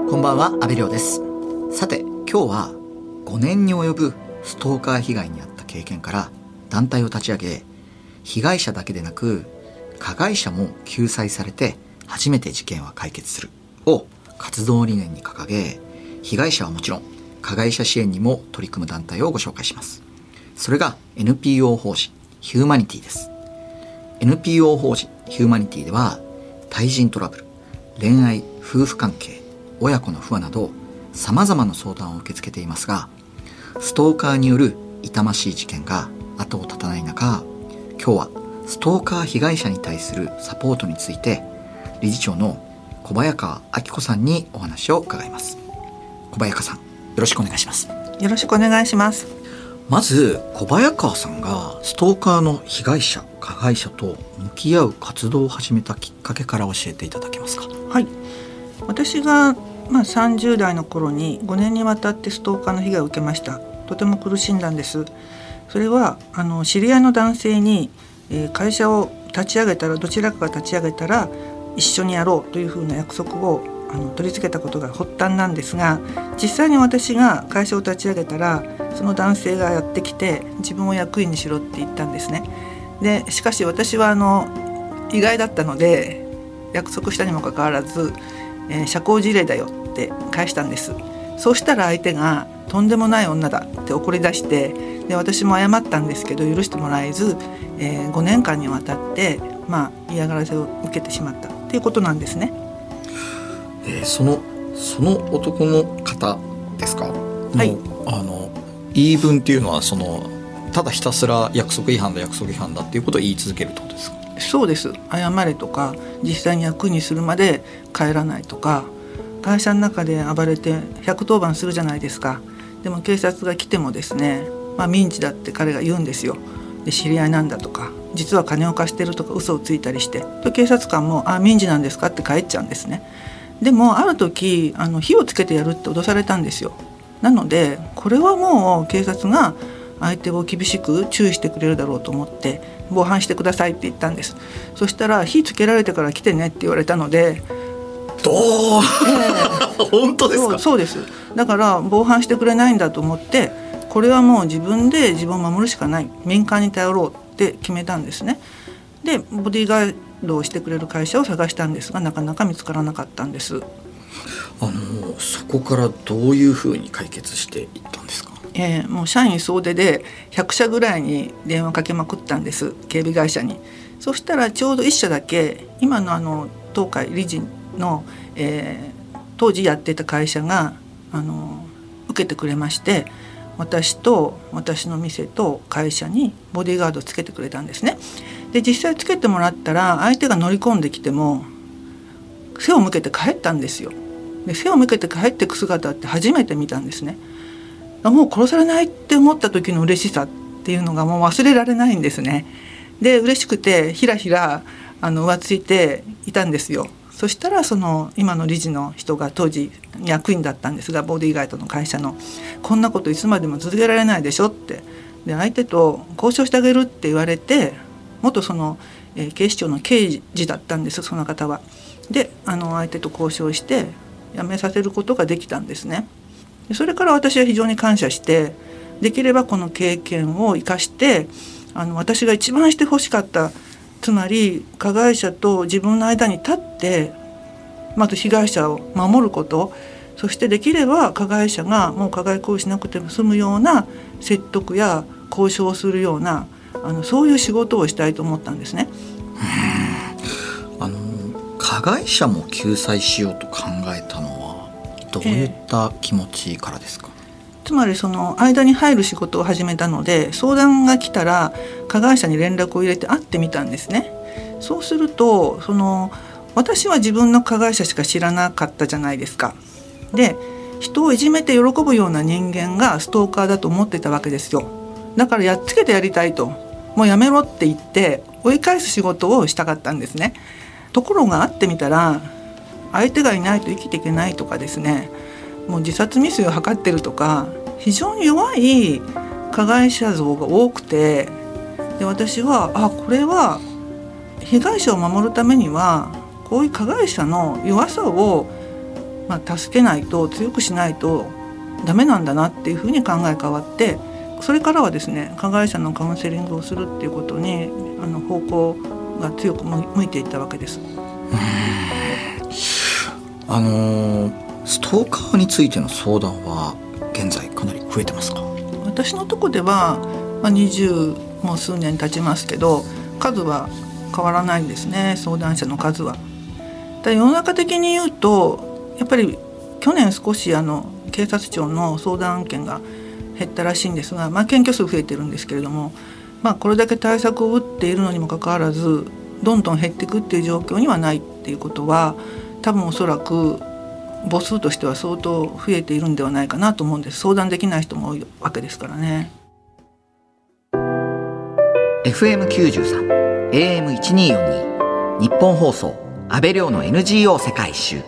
こんばんは、阿部亮です。さて、今日は5年に及ぶストーカー被害に遭った経験から団体を立ち上げ、被害者だけでなく加害者も救済されて初めて事件は解決するを活動理念に掲げ、被害者はもちろん加害者支援にも取り組む団体をご紹介します。それが NPO 法人ヒューマニティです。 NPO 法人ヒューマニティでは、対人トラブル、恋愛、夫婦関係、親子の不和など様々な相談を受け付けていますが、ストーカーによる痛ましい事件が後を絶たない中、今日はストーカー被害者に対するサポートについて理事長の小早川明子さんにお話を伺います。小早川さん、よろしくお願いします。 よろしくお願いします。 まず小早川さんがストーカーの被害者、加害者と向き合う活動を始めたきっかけから教えていただけますか。 はい、私が30代の頃に5年にわたってストーカーの被害を受けました。とても苦しんだんです。それは知り合いの男性に、会社を立ち上げたら、どちらかが立ち上げたら一緒にやろうというふうな約束を取り付けたことが発端なんですが、実際に私が会社を立ち上げたら、その男性がやってきて自分を役員にしろって言ったんですね。でしかし私は意外だったので、約束したにもかかわらず、社交辞令だよって返したんです。そうしたら相手がとんでもない女だって怒り出して、で私も謝ったんですけど許してもらえず、5年間にわたって、嫌がらせを受けてしまったっていうことなんですね。 その男の方ですか。 はい。 言い分っていうのはただひたすら約束違反だっていうことを言い続けるってことですか。 そうです。謝れとか、実際に役にするまで帰らないとか、会社の中で暴れて110番するじゃないですか。でも警察が来てもですね、民事だって彼が言うんですよ。で知り合いなんだとか、実は金を貸してるとか嘘をついたりして、警察官も民事なんですかって帰っちゃうんですね。でもある時火をつけてやるって脅されたんですよ。なのでこれはもう警察が相手を厳しく注意してくれるだろうと思って防犯してくださいって言ったんです。そしたら火つけられてから来てねって言われたので、 本当ですか。 そうです。だから防犯してくれないんだと思って、これはもう自分で自分を守るしかない、民間に頼ろうって決めたんですね。でボディーガードをしてくれる会社を探したんですが、なかなか見つからなかったんです。 そこからどういうふうに解決していったんですか。 もう社員総出で100社ぐらいに電話かけまくったんです、警備会社に。そしたらちょうど1社だけ、今の東海理事の、当時やってた会社が受けてくれまして、私と私の店と会社にボディーガードをつけてくれたんですね。で実際つけてもらったら、相手が乗り込んできても背を向けて帰ったんですよ。で背を向けて帰ってく姿って初めて見たんですね。もう殺されないって思った時の嬉しさっていうのがもう忘れられないんですね。で嬉しくてひらひら浮ついていたんですよ。そしたら今の理事の人が当時役員だったんですが、ボディーガードの会社の、こんなこといつまでも続けられないでしょって、で相手と交渉してあげるって言われて、元警視庁の刑事だったんです、その方は。で相手と交渉して辞めさせることができたんですね。それから私は非常に感謝して、できればこの経験を生かして私が一番してほしかった、つまり加害者と自分の間に立ってまず被害者を守ること、そしてできれば加害者がもう加害行為しなくても済むような説得や交渉をするようなそういう仕事をしたいと思ったんですね。 加害者も救済しようと考えたのはどういった気持ちからですか。 つまり間に入る仕事を始めたので、相談が来たら加害者に連絡を入れて会ってみたんですね。そうすると私は自分の加害者しか知らなかったじゃないですか。で人をいじめて喜ぶような人間がストーカーだと思ってたわけですよ。だからやっつけてやりたいと、もうやめろって言って追い返す仕事をしたかったんですね。ところが会ってみたら、相手がいないと生きていけないとかですね、もう自殺未遂を図ってるとか、非常に弱い加害者像が多くて、で私はこれは被害者を守るためにはこういう加害者の弱さを助けないと、強くしないとダメなんだなっていうふうに考え変わって、それからはですね、加害者のカウンセリングをするっていうことに方向が強く向いていったわけです。 ストーカーについての相談は現在かなり増えてますか？ 私のとこでは、20もう数年経ちますけど、数は変わらないんですね、相談者の数は。だ世の中的に言うと、やっぱり去年少し警察庁の相談案件が減ったらしいんですが、検挙数増えてるんですけれども、これだけ対策を打っているのにもかかわらずどんどん減っていくっていう状況にはないっていうことは、多分おそらく母数としては相当増えているんではないかなと思うんです。相談できない人も多いわけですからね。 FM93 AM1242 日本放送安倍亮の NGO 世界一周。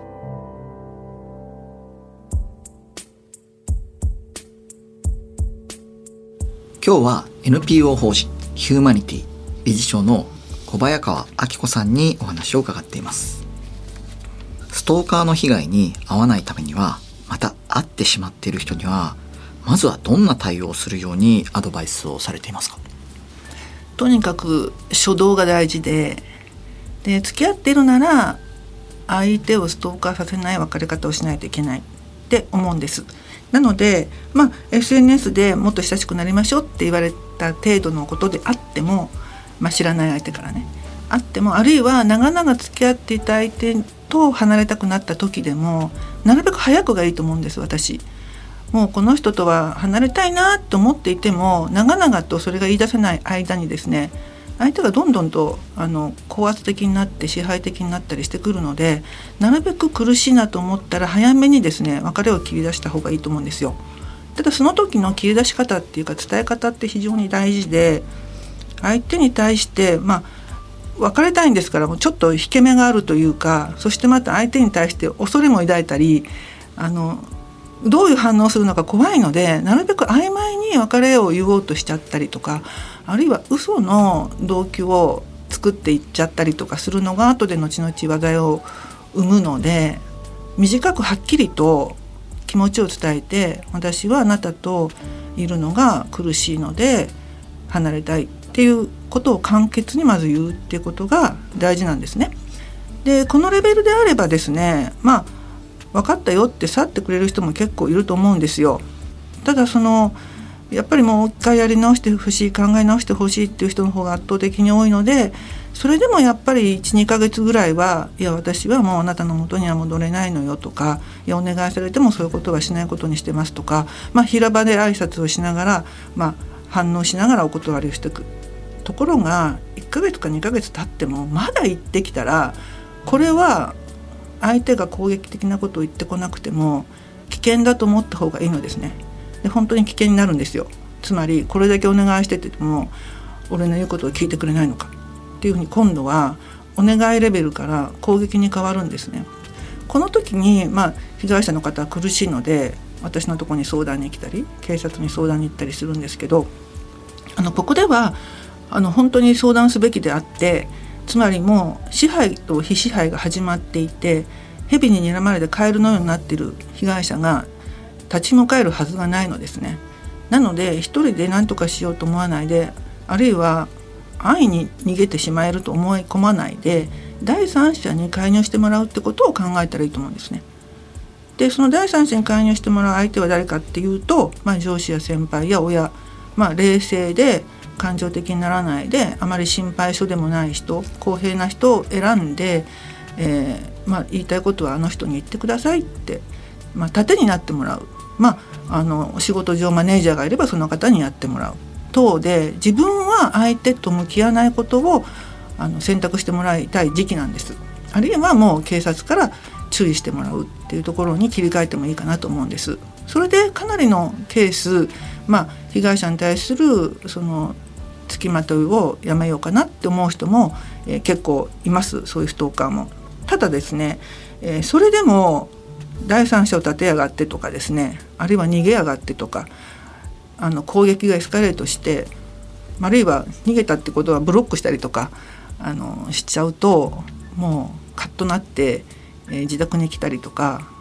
今日は NPO 法人ヒューマニティ理事長の小早川明子さんにお話を伺っています。ストーカーの被害に遭わないためには、また会ってしまっている人にはまずはどんな対応をするようにアドバイスをされていますか？ とにかく初動が大事で、付き合っているなら相手をストーカーさせない別れ方をしないといけないって思うんです。なので、SNS でもっと親しくなりましょうって言われた程度のことであっても、知らない相手からねあっても、あるいは長々付き合っていた相手と離れたくなった時でも、なるべく早くがいいと思うんです。私もうこの人とは離れたいなと思っていても、長々とそれが言い出せない間にですね、相手がどんどんと高圧的になって支配的になったりしてくるので、なるべく苦しいなと思ったら早めにですね、別れを切り出した方がいいと思うんですよ。ただその時の切り出し方っていうか伝え方って非常に大事で、相手に対して別れたいんですから、もうちょっと引け目があるというか、そしてまた相手に対して恐れも抱いたり、どういう反応をするのか怖いので、なるべく曖昧に別れを言おうとしちゃったりとか、あるいは嘘の動機を作っていっちゃったりとかするのが後で後々話題を生むので、短くはっきりと気持ちを伝えて、私はあなたといるのが苦しいので離れたいっていうことを簡潔にまず言うっていうことが大事なんですね。でこのレベルであればですね、分かったよって去ってくれる人も結構いると思うんですよ。ただやっぱりもう一回やり直してほしい、考え直してほしいっていう人の方が圧倒的に多いので、それでもやっぱり 1,2 ヶ月ぐらいは、いや私はもうあなたの元には戻れないのよとか、いやお願いされてもそういうことはしないことにしてますとか、平場で挨拶をしながら、反応しながらお断りをしていく。ところが1ヶ月か2ヶ月経ってもまだ言ってきたら、これは相手が攻撃的なことを言ってこなくても危険だと思った方がいいのですね。で本当に危険になるんですよ。つまりこれだけお願いしてても俺の言うことを聞いてくれないのかっていうふうに、今度はお願いレベルから攻撃に変わるんですね。この時に、被害者の方は苦しいので私のところに相談に来たり警察に相談に行ったりするんですけど、ここでは本当に相談すべきであって、つまりもう支配と非支配が始まっていて、蛇に睨まれてカエルのようになっている被害者が立ち向かえるはずがないのですね。なので一人で何とかしようと思わないで、あるいは安易に逃げてしまえると思い込まないで、第三者に介入してもらうってことを考えたらいいと思うんですね。でその第三者に介入してもらう相手は誰かっていうと、上司や先輩や親、冷静で感情的にならないで、あまり心配性でもない人、公平な人を選んで、言いたいことはあの人に言ってくださいって、盾になってもらう、お仕事上マネージャーがいればその方にやってもらう等で、自分は相手と向き合わないことを選択してもらいたい時期なんです。あるいはもう警察から注意してもらうっていうところに切り替えてもいいかなと思うんです。それでかなりのケース、被害者に対する付きまといをやめようかなって思う人も、結構います。そういうストーカーも。ただですね、それでも第三者を立てやがってとかですね、あるいは逃げやがってとか、攻撃がエスカレートして、あるいは逃げたってことはブロックしたりとかしちゃうと、もうカッとなって、自宅に来たりとか、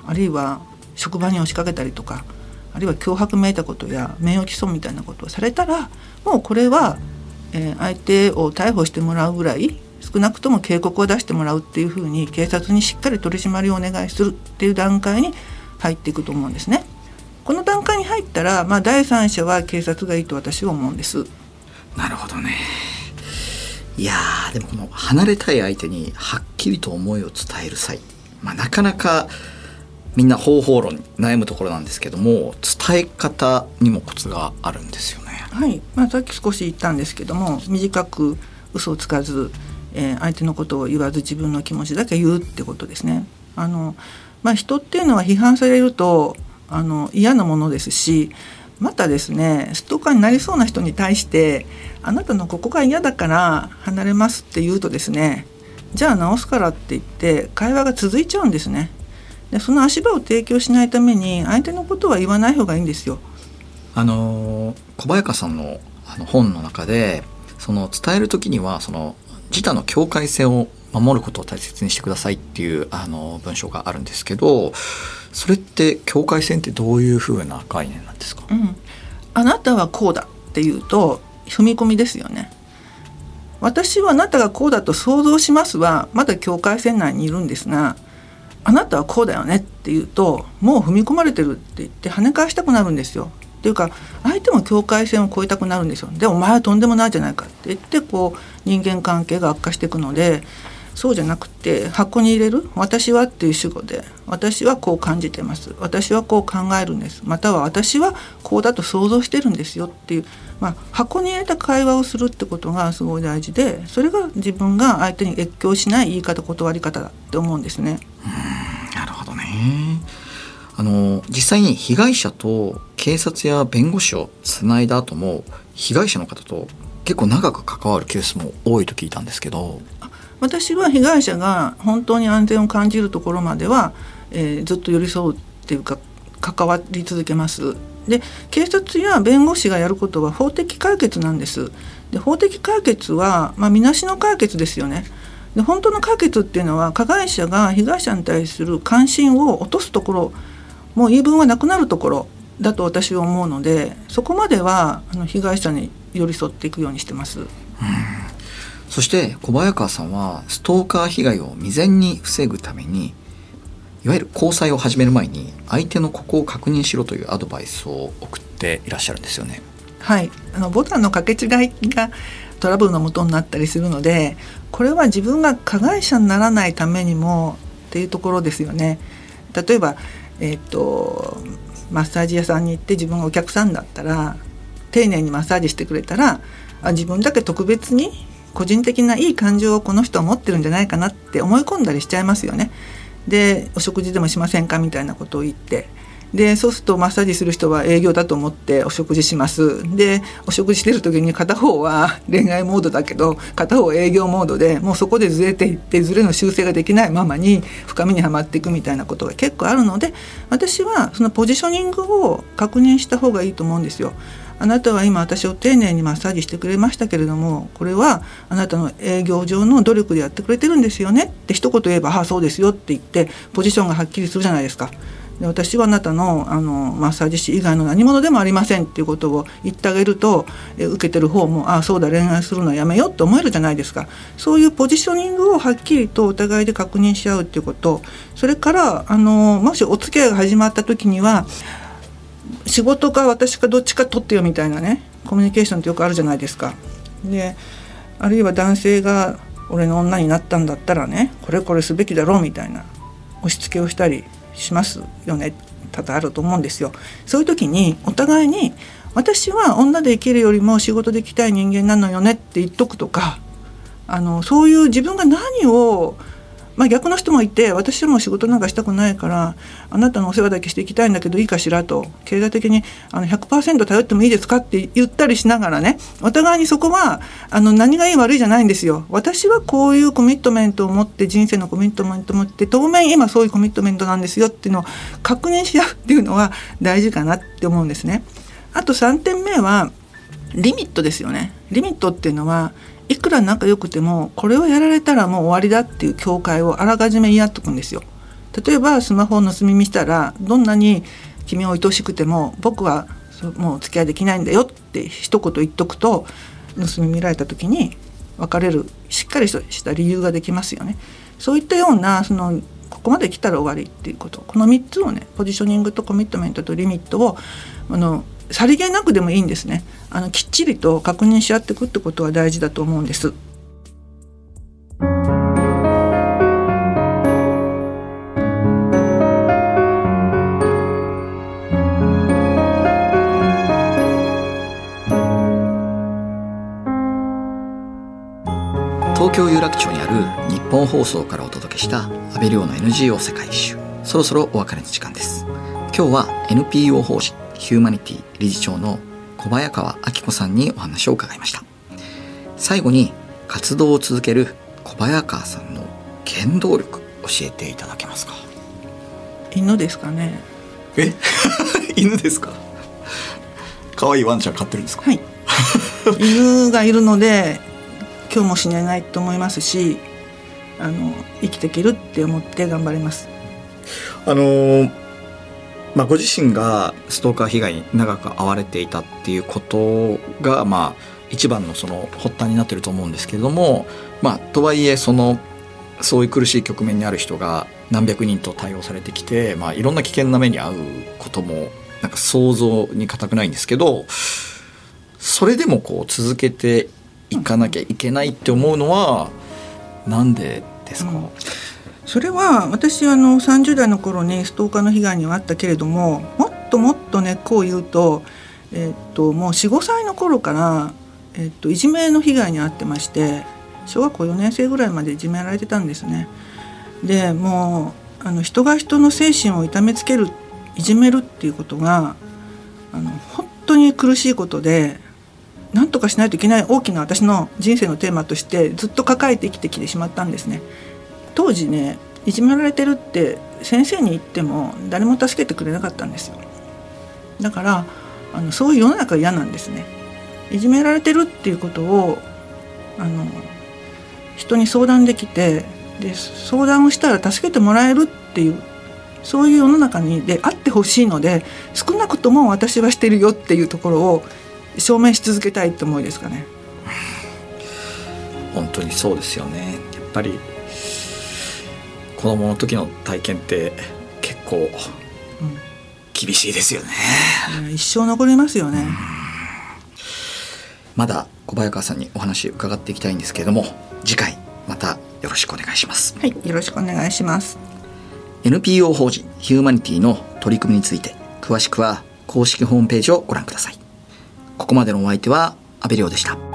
あるいは職場に押しかけたりとか、あるいは脅迫めいたことや名誉毀損みたいなことをされたら、もうこれは、相手を逮捕してもらうぐらい、少なくとも警告を出してもらうっていうふうに警察にしっかり取り締まりをお願いするっていう段階に入っていくと思うんですね。この段階に入ったら、第三者は警察がいいと私は思うんです。 なるほどね。いやでもこの離れたい相手にはっきりと思いを伝える際、なかなかみんな方法論に悩むところなんですけども、伝え方にもコツがあるんですよね。 はい、さっき少し言ったんですけども、短く嘘をつかず、相手のことを言わず自分の気持ちだけ言うってことですね。人っていうのは批判されると嫌なものですし、またですね、ストーカーになりそうな人に対して、あなたのここが嫌だから離れますって言うとですね、じゃあ直すからって言って会話が続いちゃうんですね。でその足場を提供しないために相手のことは言わない方がいいんですよ。 小早川さんの本の中で、その伝える時にはその自他の境界線を守ることを大切にしてくださいっていう文章があるんですけど、それって境界線ってどういうふうな概念なんですか？ あなたはこうだっていうと踏み込みですよね。私はあなたがこうだと想像しますはまだ境界線内にいるんですが、あなたはこうだよねっていうともう踏み込まれてるって言って跳ね返したくなるんですよ。っていうか相手も境界線を越えたくなるんですよ。でお前はとんでもないじゃないかって言って人間関係が悪化していくので、そうじゃなくて箱に入れる、私はっていう主語で、私はこう感じてます、私はこう考えるんです、または私はこうだと想像してるんですよっていう、箱に入れた会話をするってことがすごい大事で、それが自分が相手に越境しない言い方断り方だって思うんですね。 なるほどね。実際に被害者と警察や弁護士をつないだ後も被害者の方と結構長く関わるケースも多いと聞いたんですけど。 私は被害者が本当に安全を感じるところまでは、ずっと寄り添うっていうか関わり続けます。で警察や弁護士がやることは法的解決なんです。で法的解決は、みなしの解決ですよね。で本当の解決っていうのは加害者が被害者に対する関心を落とすところ、もう言い分はなくなるところだと私は思うので、そこまでは被害者に寄り添っていくようにしてます。 そして小早川さんはストーカー被害を未然に防ぐために、いわゆる交際を始める前に相手のここを確認しろというアドバイスを送っていらっしゃるんですよね。 はい、ボタンの掛け違いがトラブルの元になったりするので、これは自分が加害者にならないためにもっていうところですよね。例えば、マッサージ屋さんに行って自分がお客さんだったら丁寧にマッサージしてくれたら、自分だけ特別に個人的ないい感情をこの人は持ってるんじゃないかなって思い込んだりしちゃいますよね。でお食事でもしませんかみたいなことを言って、でそうするとマッサージする人は営業だと思ってお食事します。でお食事してる時に片方は恋愛モードだけど片方は営業モードで、もうそこでずれていってずれの修正ができないままに深みにはまっていくみたいなことが結構あるので、私はそのポジショニングを確認した方がいいと思うんですよ。あなたは今私を丁寧にマッサージしてくれましたけれども、これはあなたの営業上の努力でやってくれてるんですよねって一言言えば、そうですよって言ってポジションがはっきりするじゃないですか。で私はあなたの、マッサージ師以外の何者でもありませんっていうことを言ってあげると、受けてる方もそうだ恋愛するのはやめようって思えるじゃないですか。そういうポジショニングをはっきりとお互いで確認し合うっていうこと、それからもしお付き合いが始まった時には仕事か私かどっちか取ってよみたいなね、コミュニケーションってよくあるじゃないですか。であるいは男性が俺の女になったんだったらね、これすべきだろうみたいな押し付けをしたりしますよね。多々あると思うんですよ。そういう時にお互いに私は女で生きるよりも仕事で生きたい人間なのよねって言っとくとか、そういう自分が何を逆の人もいて、私はもう仕事なんかしたくないからあなたのお世話だけしていきたいんだけどいいかしらと、経済的に100% 頼ってもいいですかって言ったりしながらね、お互いにそこは何がいい悪いじゃないんですよ。私はこういうコミットメントを持って、人生のコミットメントを持って当面今そういうコミットメントなんですよっていうのを確認し合うっていうのは大事かなって思うんですね。あと3点目はリミットですよね。リミットっていうのはいくら仲良くてもこれをやられたらもう終わりだっていう境界をあらかじめ言い合っとくんですよ。 例えばスマホを盗み見したら、どんなに君を愛おしくても僕はもう付き合いできないんだよって一言言っとくと、盗み見られた時に別れるしっかりした理由ができますよね。そういったようなここまで来たら終わりっていうこと、この3つをね、ポジショニングとコミットメントとリミットをさりげなくでもいいんですね。きっちりと確認し合っていくってことは大事だと思うんです。 東京有楽町にある日本放送からお届けした安倍亮の NGO 世界一周、そろそろお別れの時間です。今日は NPO 法人ヒューマニティ理事長の小早川明子さんにお話を伺いました。最後に活動を続ける小早川さんの原動力教えていただけますか？ 犬ですかね。 犬ですか？可愛いワンちゃん飼ってるんですか？ はい犬がいるので今日も死ねないと思いますし、生きていけるって思って頑張ります。 ご自身がストーカー被害に長く遭われていたっていうことが、一番のその発端になってると思うんですけれども、とはいえそういう苦しい局面にある人が何百人と対応されてきて、いろんな危険な目に遭うこともなんか想像に難くないんですけど、それでも続けていかなきゃいけないって思うのはなんでですか？ それは私30代の頃にストーカーの被害にはあったけれども、もっともっと根っこを言うと、もう 4,5 歳の頃から、いじめの被害に遭ってまして、小学校4年生ぐらいまでいじめられてたんですね。でもう人が人の精神を痛めつける、いじめるっていうことが本当に苦しいことで、何とかしないといけない大きな私の人生のテーマとしてずっと抱えて生きてきてしまったんですね。当時ね、いじめられてるって先生に言っても誰も助けてくれなかったんですよ。だからそういう世の中嫌なんですね。いじめられてるっていうことを人に相談できて、で相談をしたら助けてもらえるっていう、そういう世の中であってほしいので、少なくとも私はしてるよっていうところを証明し続けたいって思いですかね。 本当にそうですよね。やっぱり子供の時の体験って結構厳しいですよね。 一生残りますよね。 まだ小早川さんにお話伺っていきたいんですけれども、次回またよろしくお願いします。 はい、よろしくお願いします。 NPO 法人ヒューマニティの取り組みについて詳しくは公式ホームページをご覧ください。ここまでのお相手は安倍亮でした。